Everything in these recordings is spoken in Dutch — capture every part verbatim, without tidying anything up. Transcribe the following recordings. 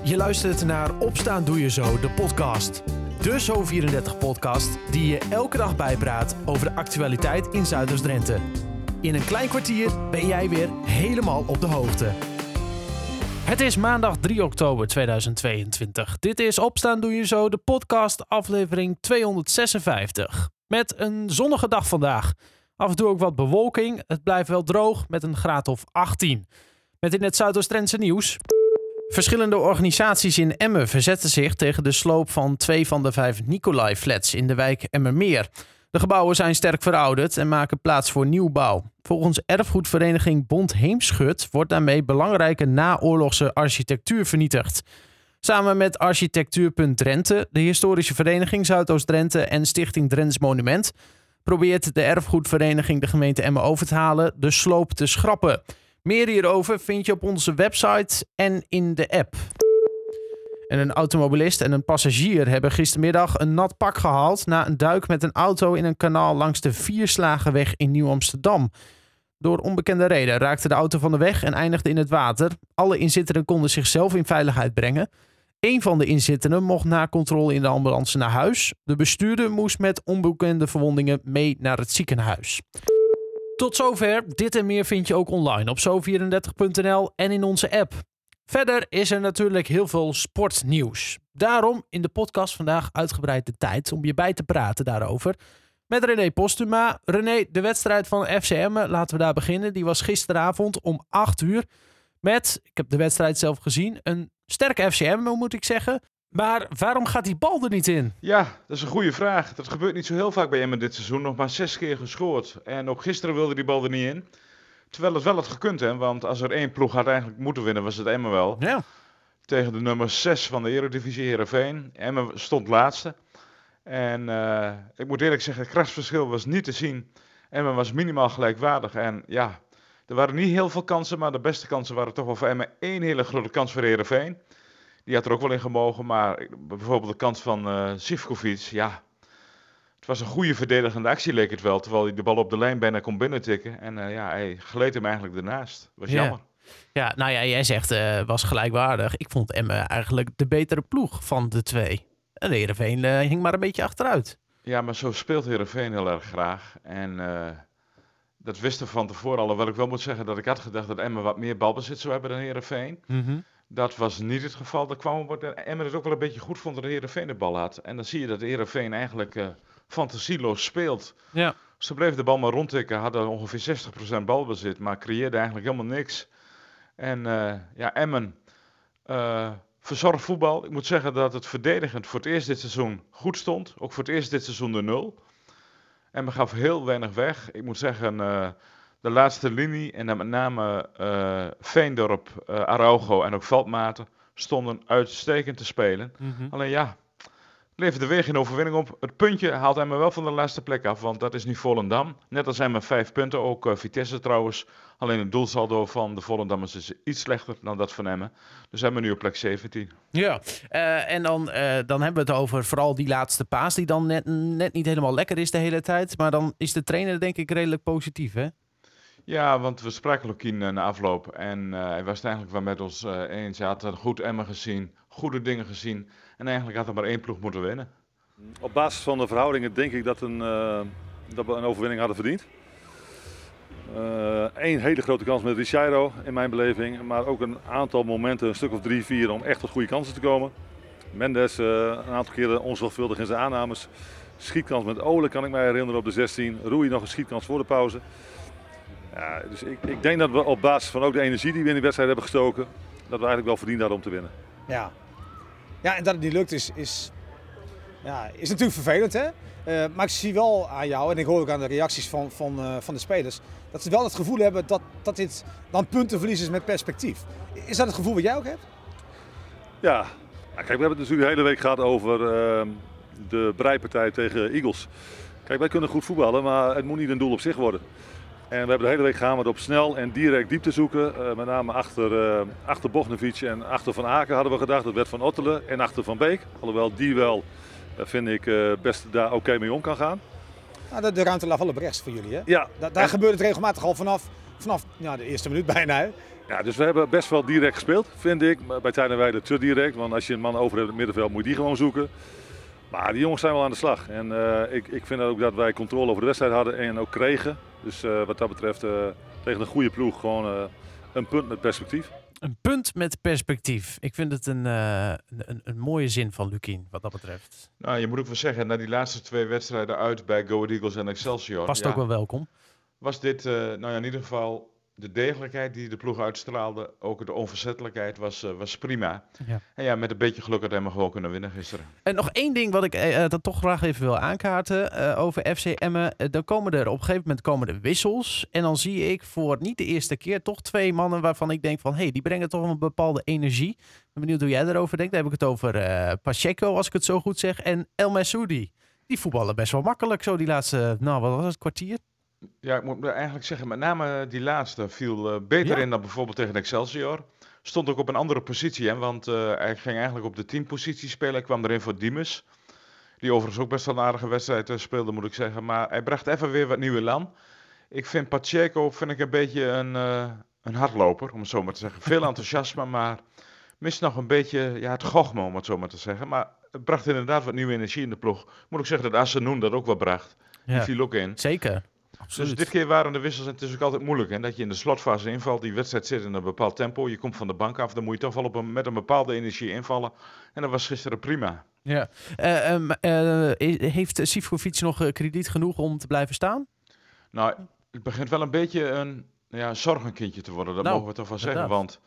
Je luistert naar Opstaan Doe Je Zo, de podcast. De Zo vierendertig podcast die je elke dag bijpraat over de actualiteit in Zuidoost-Drenthe. In een klein kwartier ben jij weer helemaal op de hoogte. Het is maandag drie oktober tweeduizend tweeëntwintig. Dit is Opstaan Doe Je Zo, de podcast aflevering tweehonderdzesenvijftig. Met een zonnige dag vandaag. Af en toe ook wat bewolking. Het blijft wel droog met een graad of achttien. Met in het Zuidoost-Drentse nieuws. Verschillende organisaties in Emmen verzetten zich tegen de sloop van twee van de vijf Nicolai-flats in de wijk Emmermeer. De gebouwen zijn sterk verouderd en maken plaats voor nieuwbouw. Volgens erfgoedvereniging Bond Heemschut wordt daarmee belangrijke naoorlogse architectuur vernietigd. Samen met Architectuur Drenthe, de historische vereniging Zuidoost-Drenthe en Stichting Drents Monument probeert de erfgoedvereniging de gemeente Emmen over te halen de sloop te schrappen. Meer hierover vind je op onze website en in de app. En een automobilist en een passagier hebben gistermiddag een nat pak gehaald na een duik met een auto in een kanaal langs de Vierslagenweg in Nieuw-Amsterdam. Door onbekende reden raakte de auto van de weg en eindigde in het water. Alle inzittenden konden zichzelf in veiligheid brengen. Eén van de inzittenden mocht na controle in de ambulance naar huis. De bestuurder moest met onbekende verwondingen mee naar het ziekenhuis. Tot zover. Dit en meer vind je ook online op zo vierendertig punt n l en in onze app. Verder is er natuurlijk heel veel sportnieuws. Daarom in de podcast vandaag uitgebreid de tijd om je bij te praten daarover. Met René Postuma. René, de wedstrijd van F C Emmen, laten we daar beginnen. Die was gisteravond om acht uur met, ik heb de wedstrijd zelf gezien, een sterke F C Emmen moet ik zeggen. Maar waarom gaat die bal er niet in? Ja, dat is een goede vraag. Dat gebeurt niet zo heel vaak bij Emmen dit seizoen. Nog maar zes keer gescoord. En ook gisteren wilde die bal er niet in. Terwijl het wel had gekund, hè. Want als er één ploeg had eigenlijk moeten winnen, was het Emmen wel. Ja. Tegen de nummer zes van de Eredivisie, Heerenveen. Emmen stond laatste. En uh, ik moet eerlijk zeggen, het krachtsverschil was niet te zien. Emmen was minimaal gelijkwaardig. En ja, er waren niet heel veel kansen, maar de beste kansen waren toch wel voor Emmen. Eén hele grote kans voor Heerenveen. Die had er ook wel in gemogen, maar bijvoorbeeld de kans van uh, Sivkovic, ja. Het was een goede verdedigende actie, leek het wel. Terwijl hij de bal op de lijn bijna kon binnentikken. En uh, ja, hij gleed hem eigenlijk ernaast. Was ja. jammer. Ja, nou ja, jij zegt uh, was gelijkwaardig. Ik vond Emmen eigenlijk de betere ploeg van de twee. En de Heerenveen uh, hing maar een beetje achteruit. Ja, maar zo speelt Heerenveen heel erg graag. En uh, dat wisten we van tevoren. Alhoewel ik wel moet zeggen dat ik had gedacht dat Emmen wat meer balbezit zou hebben dan Heerenveen. Mm-hmm. Dat was niet het geval. Dat kwam omdat Emmen het ook wel een beetje goed vond dat de Heerenveen de bal had. En dan zie je dat de Heerenveen eigenlijk uh, fantasieloos speelt. Ja. Ze bleven de bal maar rondtikken, hadden ongeveer zestig procent balbezit, maar creëerden eigenlijk helemaal niks. En uh, ja, Emmen uh, verzorgd voetbal. Ik moet zeggen dat het verdedigend voor het eerst dit seizoen goed stond. Ook voor het eerst dit seizoen de nul. Emmen gaf heel weinig weg. Ik moet zeggen, uh, de laatste linie en dan met name uh, Veendorp, uh, Araujo en ook Veldmaten stonden uitstekend te spelen. Mm-hmm. Alleen ja, leverde weer geen overwinning op. Het puntje haalt Emmen wel van de laatste plek af, want dat is nu Volendam. Net als Emmen vijf punten, ook uh, Vitesse trouwens. Alleen het doelsaldo van de Volendammers is iets slechter dan dat van Emmen. Dus Emmen nu op plek zeventien. Ja, uh, en dan, uh, dan hebben we het over vooral die laatste paas die dan net, net niet helemaal lekker is de hele tijd. Maar dan is de trainer denk ik redelijk positief, hè? Ja, want we spraken Lokien uh, na afloop en uh, hij was het eigenlijk wel met ons uh, eens. Hij had goed Emmen gezien, goede dingen gezien en eigenlijk had er maar één ploeg moeten winnen. Op basis van de verhoudingen denk ik dat, een, uh, dat we een overwinning hadden verdiend. Eén uh, hele grote kans met Richairo in mijn beleving, maar ook een aantal momenten, een stuk of drie, vier, om echt tot goede kansen te komen. Mendes uh, een aantal keren onzorgvuldig in zijn aannames. Schietkans met Ole kan ik mij herinneren op de zestien. Roei nog een schietkans voor de pauze. Ja, dus ik, ik denk dat we op basis van ook de energie die we in die wedstrijd hebben gestoken, dat we eigenlijk wel verdiend hadden om te winnen. Ja, ja en dat het niet lukt is, is, ja, is natuurlijk vervelend, hè? Uh, maar ik zie wel aan jou, en ik hoor ook aan de reacties van, van, uh, van de spelers, dat ze wel het gevoel hebben dat, dat dit dan puntenverlies is met perspectief. Is dat het gevoel wat jij ook hebt? Ja, nou, kijk, we hebben het natuurlijk de hele week gehad over uh, de breipartij tegen Eagles. Kijk, wij kunnen goed voetballen, maar het moet niet een doel op zich worden. En we hebben de hele week gehamerd op snel en direct diepte zoeken. Uh, met name achter, uh, achter Bognovic en achter Van Aken hadden we gedacht. Dat werd Van Ottelen en achter Van Beek. Alhoewel die wel, uh, vind ik, uh, best daar oké mee om kan gaan. Nou, de, de ruimte lag wel op rechts voor jullie, hè? Ja. Da- daar en... gebeurt het regelmatig al vanaf, vanaf ja, de eerste minuut bijna. Hè. Ja, dus we hebben best wel direct gespeeld, vind ik. Maar bij Tijdenweide te direct, want als je een man over hebt in het middenveld moet je die gewoon zoeken. Maar die jongens zijn wel aan de slag. En uh, ik, ik vind ook dat wij controle over de wedstrijd hadden en ook kregen. Dus uh, wat dat betreft uh, tegen een goede ploeg gewoon uh, een punt met perspectief. Een punt met perspectief. Ik vind het een, uh, een, een mooie zin van Lukien, wat dat betreft. Nou, je moet ook wel zeggen, na die laatste twee wedstrijden uit bij Go Ahead Eagles en Excelsior. Past ja, ook wel welkom. Was dit, uh, nou ja, in ieder geval de degelijkheid die de ploeg uitstraalde, ook de onverzettelijkheid was, uh, was prima. Ja. En ja, met een beetje geluk had hij maar gewoon kunnen winnen gisteren. En nog één ding wat ik uh, dat toch graag even wil aankaarten uh, over F C Emmen. Uh, dan komen er op een gegeven moment komen er wissels. En dan zie ik voor niet de eerste keer toch twee mannen waarvan ik denk van, hé, hey, die brengen toch een bepaalde energie. Ik ben benieuwd hoe jij daarover denkt. Dan heb ik het over uh, Pacheco, als ik het zo goed zeg, en El Messoudi. Die voetballen best wel makkelijk zo die laatste, nou wat was het, kwartier? Ja, ik moet eigenlijk zeggen, met name die laatste viel uh, beter Ja. in dan bijvoorbeeld tegen Excelsior. Stond ook op een andere positie, hè, want uh, hij ging eigenlijk op de teampositie spelen. Hij kwam erin voor Diemers, die overigens ook best wel een aardige wedstrijd uh, speelde, moet ik zeggen. Maar hij bracht even weer wat nieuw elan. Ik vind Pacheco vind ik een beetje een, uh, een hardloper, om het zo maar te zeggen. Veel enthousiasme, maar mist nog een beetje ja, het gochme, om het zo maar te zeggen. Maar het bracht inderdaad wat nieuwe energie in de ploeg. Moet ik zeggen dat Assenoen dat ook wel bracht. Ja. Die viel ook in. Zeker. Dus Absoluut. dit keer waren de wissels, en het is ook altijd moeilijk, hè, dat je in de slotfase invalt. Die wedstrijd zit in een bepaald tempo. Je komt van de bank af, dan moet je toch wel op een, met een bepaalde energie invallen. En dat was gisteren prima. Ja. Uh, um, uh, heeft Sivkovic nog uh, krediet genoeg om te blijven staan? Nou, het begint wel een beetje een ja, zorgenkindje te worden, dat Nou, mogen we toch wel zeggen. inderdaad. Want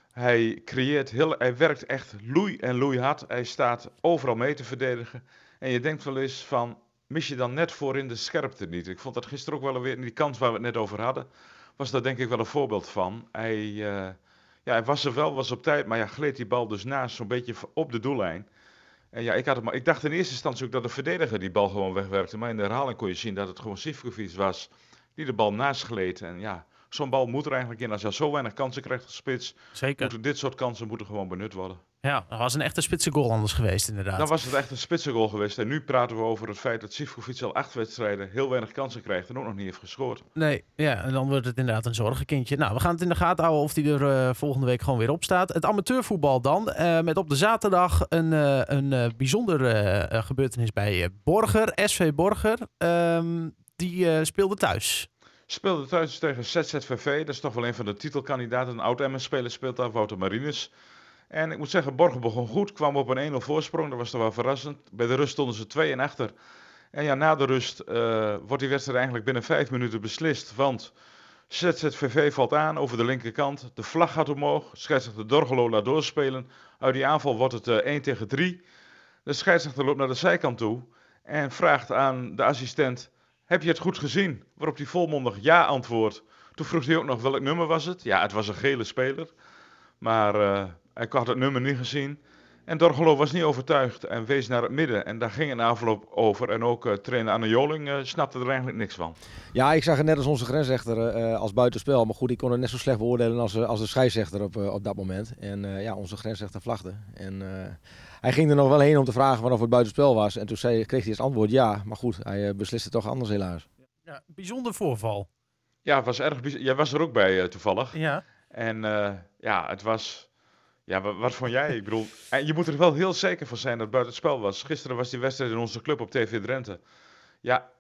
hij creëert heel, hij werkt echt loei en loeihard. Hij staat overal mee te verdedigen. En je denkt wel eens van, mis je dan net voorin de scherpte niet? Ik vond dat gisteren ook wel weer in die kant waar we het net over hadden, was daar denk ik wel een voorbeeld van. Hij, uh, ja, hij was er wel, was op tijd, maar ja, gleed die bal dus naast, zo'n beetje op de doellijn. En ja, ik, had het maar, ik dacht in eerste instantie ook dat de verdediger die bal gewoon wegwerkte. Maar in de herhaling kon je zien dat het gewoon Sivkovic was die de bal naast gleed. En ja, zo'n bal moet er eigenlijk in. Als je al zo weinig kansen krijgt als spits, Zeker. moeten dit soort kansen moeten gewoon benut worden. Ja, dat was een echte spitse goal anders geweest inderdaad. Dan was het echt een spitse goal geweest. En nu praten we over het feit dat Sivkovic al acht wedstrijden heel weinig kansen krijgt en ook nog niet heeft gescoord. Nee, ja, en dan wordt het inderdaad een zorgenkindje. Nou, we gaan het in de gaten houden of die er uh, volgende week gewoon weer op staat. Het amateurvoetbal dan, uh, met op de zaterdag een, uh, een uh, bijzondere uh, gebeurtenis bij uh, Borger, S V Borger. Um, die uh, speelde thuis. Speelde thuis tegen Z Z V V, dat is toch wel een van de titelkandidaten. Een oud-Emmen-speler speelt daar, Wouter Marines. En ik moet zeggen, Borger begon goed, kwam op een één nul voorsprong, dat was toch wel verrassend. Bij de rust stonden ze twee en achter. En ja, na de rust uh, wordt die wedstrijd eigenlijk binnen vijf minuten beslist, want Z Z V V valt aan over de linkerkant. De vlag gaat omhoog, scheidsrechter Dorgelo laat doorspelen. Uit die aanval wordt het uh, één tegen drie. De scheidsrechter loopt naar de zijkant toe en vraagt aan de assistent, heb je het goed gezien? Waarop hij volmondig ja antwoordt. Toen vroeg hij ook nog welk nummer was het. Ja, het was een gele speler, maar uh, hij had het nummer niet gezien. En Dorgelo was niet overtuigd en wees naar het midden. En daar ging een aanval over. En ook uh, trainer Anne Joling uh, snapte er eigenlijk niks van. Ja, ik zag het net als onze grensrechter uh, als buitenspel. Maar goed, ik kon het net zo slecht beoordelen als, uh, als de scheidsrechter op, uh, op dat moment. En uh, ja, onze grensrechter vlagde. En uh, hij ging er nog wel heen om te vragen of het buitenspel was. En toen zei, kreeg hij het antwoord ja. Maar goed, hij uh, besliste toch anders helaas. Ja, bijzonder voorval. Ja, het was erg bijzonder. Jij was er ook bij uh, toevallig. Ja. En uh, ja, het was... Ja, wat, wat vond jij? Ik bedoel, je moet er wel heel zeker van zijn dat het buitenspel was. Gisteren was die wedstrijd in onze club op T V Drenthe. Ja,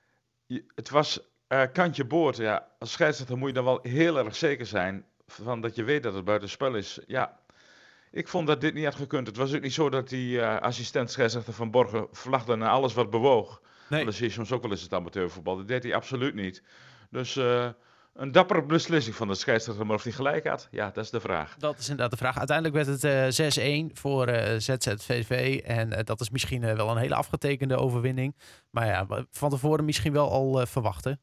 je, het was uh, kantje boord. Ja, als scheidsrechter moet je dan wel heel erg zeker zijn van dat je weet dat het buitenspel is. Ja, ik vond dat dit niet had gekund. Het was ook niet zo dat die uh, assistent scheidsrechter van Borgen vlagde naar alles wat bewoog. Nee. Dat zie je soms ook wel eens het amateurvoetbal. Dat deed hij absoluut niet. Dus... Uh, Een dappere beslissing van de scheidsrechter, maar of hij gelijk had, ja, dat is de vraag. Dat is inderdaad de vraag. Uiteindelijk werd het uh, zes één voor uh, Z Z V V. En uh, dat is misschien uh, wel een hele afgetekende overwinning. Maar ja, van tevoren misschien wel al uh, verwachten.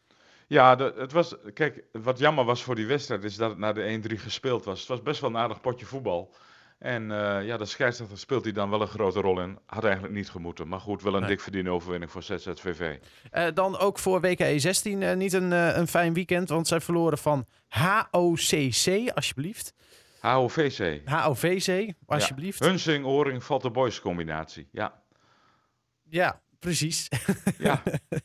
Ja, de, het was, kijk, wat jammer was voor die wedstrijd is dat het na de één drie gespeeld was. Het was best wel een aardig potje voetbal. En uh, ja, de scheidsrechter speelt die dan wel een grote rol in. Had eigenlijk niet gemoeten. Maar goed, wel een nee. dik verdiende overwinning voor Z Z V V. Uh, dan ook voor W K E zestien uh, niet een, uh, een fijn weekend. Want zij verloren van H O C C, alsjeblieft. H O V C. H O V C, alsjeblieft. Ja. Hunsing, Oring, Valte Boys combinatie. Ja. Ja, Precies. Ja.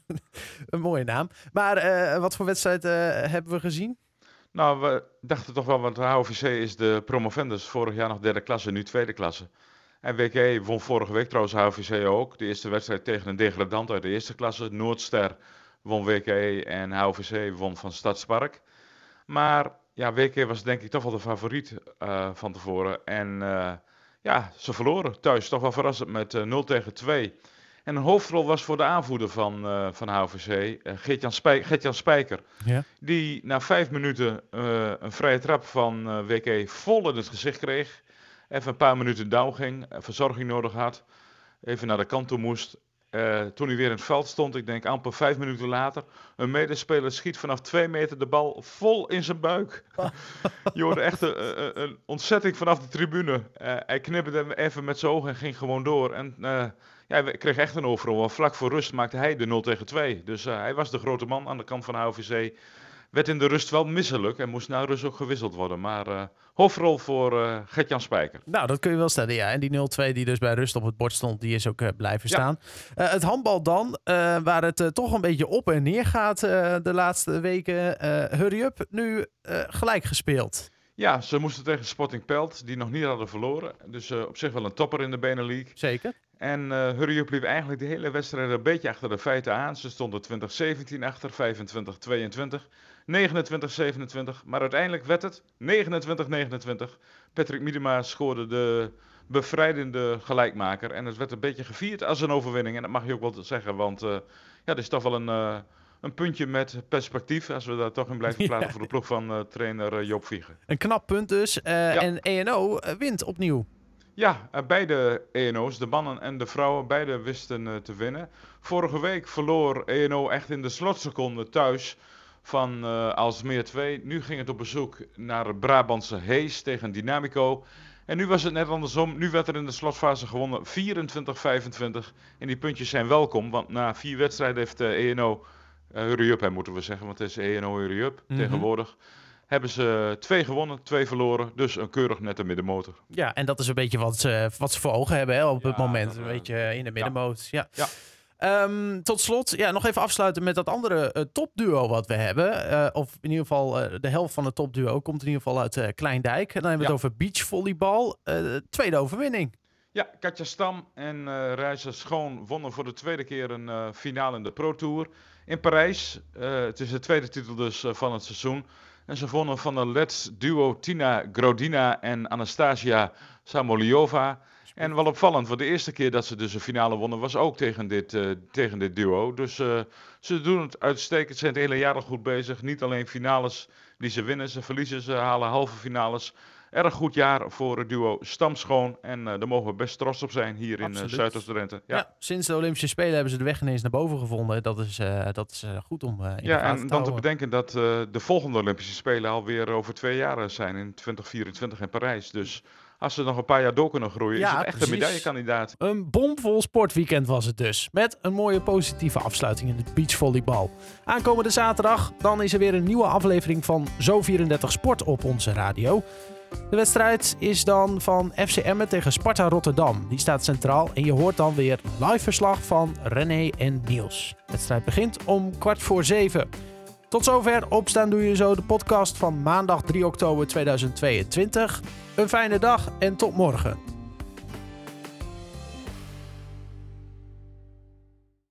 Een mooie naam. Maar uh, wat voor wedstrijd uh, hebben we gezien? Nou, we dachten toch wel, want de H O V C is de promovendus. Vorig jaar nog derde klasse, nu tweede klasse. En W K E won vorige week trouwens H O V C ook. De eerste wedstrijd tegen een degradant uit de eerste klasse. Noordster won W K E en H O V C won van Stadspark. Maar ja, W K E was denk ik toch wel de favoriet uh, van tevoren. En uh, ja, ze verloren thuis. Toch wel verrassend met uh, nul tegen twee. En een hoofdrol was voor de aanvoerder van, uh, van H O V C, uh, Geert-Jan, Spij- Geert-Jan Spijker. Ja. Die na vijf minuten uh, een vrije trap van uh, W K E vol in het gezicht kreeg. Even een paar minuten down ging, verzorging nodig had. Even naar de kant toe moest. Uh, toen hij weer in het veld stond, ik denk amper vijf minuten later, een medespeler schiet vanaf twee meter de bal vol in zijn buik. Je hoorde echt een, een, een ontzetting vanaf de tribune. Uh, hij knipperde hem even met zijn ogen en ging gewoon door. En uh, ja, hij kreeg echt een overrol. Want vlak voor rust maakte hij de nul tegen twee. Dus uh, hij was de grote man aan de kant van H O V C. Werd in de rust wel misselijk en moest na rust ook gewisseld worden. Maar uh, hoofdrol voor uh, Gert-Jan Spijker. Nou, dat kun je wel stellen, ja. En die nul twee die dus bij rust op het bord stond, die is ook uh, blijven staan. Ja. Uh, het handbal dan, uh, waar het uh, toch een beetje op en neer gaat uh, de laatste weken. Uh, hurry up, nu uh, gelijk gespeeld. Ja, ze moesten tegen Sporting Pelt, die nog niet hadden verloren. Dus uh, op zich wel een topper in de Benelux. Zeker. En uh, Hurry Up liep eigenlijk de hele wedstrijd een beetje achter de feiten aan. Ze stonden twintig zeventien achter, vijfentwintig tweeëntwintig, negenentwintig zevenentwintig. Maar uiteindelijk werd het negenentwintig negenentwintig. Patrick Miedema scoorde de bevrijdende gelijkmaker. En het werd een beetje gevierd als een overwinning. En dat mag je ook wel zeggen, want uh, ja, dat is toch wel een... Uh, Een puntje met perspectief, als we daar toch in blijven praten, ja, voor de ploeg van uh, trainer uh, Joop Vieger. Een knap punt dus. Uh, ja. En E N O uh, wint opnieuw. Ja, uh, beide E N O's, de mannen en de vrouwen, beide wisten uh, te winnen. Vorige week verloor E N O echt in de slotseconde thuis van uh, Aalsmeer twee. Nu ging het op bezoek naar het Brabantse Hees tegen Dynamico. En nu was het net andersom. Nu werd er in de slotfase gewonnen vierentwintig vijfentwintig. En die puntjes zijn welkom, want na vier wedstrijden heeft uh, E N O... Uh, hurry up, hè, moeten we zeggen, want het is E N O hurry up mm-hmm. tegenwoordig. Hebben ze twee gewonnen, twee verloren, dus een keurig nette middenmotor. Ja, en dat is een beetje wat ze, wat ze voor ogen hebben hè, op ja, het moment. Dat, uh, een beetje in de middenmoot. Ja. Ja. Ja. Um, tot slot, ja, nog even afsluiten met dat andere uh, topduo wat we hebben. Uh, of in ieder geval uh, de helft van het topduo komt in ieder geval uit uh, Kleindijk. En dan hebben we ja. het over beachvolleybal. Uh, tweede overwinning. Ja, Katja Stam en uh, Reisa Schoon wonnen voor de tweede keer een uh, finale in de Pro Tour in Parijs. Uh, het is de tweede titel dus uh, van het seizoen. En ze wonnen van de Let's duo Tina Grodina en Anastasia Samoliova. En wel opvallend, voor de eerste keer dat ze dus een finale wonnen was ook tegen dit, uh, tegen dit duo. Dus uh, ze doen het uitstekend, ze zijn het hele jaar al goed bezig. Niet alleen finales die ze winnen, ze verliezen, ze halen halve finales. Erg goed jaar voor het duo Stam-Schoon. En uh, daar mogen we best trots op zijn hier Absoluut. in uh, Zuidoost-Drenthe. Ja. Ja, sinds de Olympische Spelen hebben ze de weg ineens naar boven gevonden. Dat is, uh, dat is uh, goed om uh, in ja, de gaten en te dan houden. te bedenken dat uh, de volgende Olympische Spelen alweer over twee jaar zijn. In twintig vierentwintig in Parijs. Dus als ze nog een paar jaar door kunnen groeien, ja, is het echt precies. een medaillekandidaat. Een bomvol sportweekend was het dus. Met een mooie positieve afsluiting in het beachvolleybal. Aankomende zaterdag, dan is er weer een nieuwe aflevering van Zo vierendertig Sport op onze radio. De wedstrijd is dan van F C Emmen tegen Sparta Rotterdam. Die staat centraal en je hoort dan weer live verslag van René en Niels. De wedstrijd begint om kwart voor zeven. Tot zover Opstaan Doe Je Zo, de podcast van maandag drie oktober tweeduizend tweeëntwintig. Een fijne dag en tot morgen.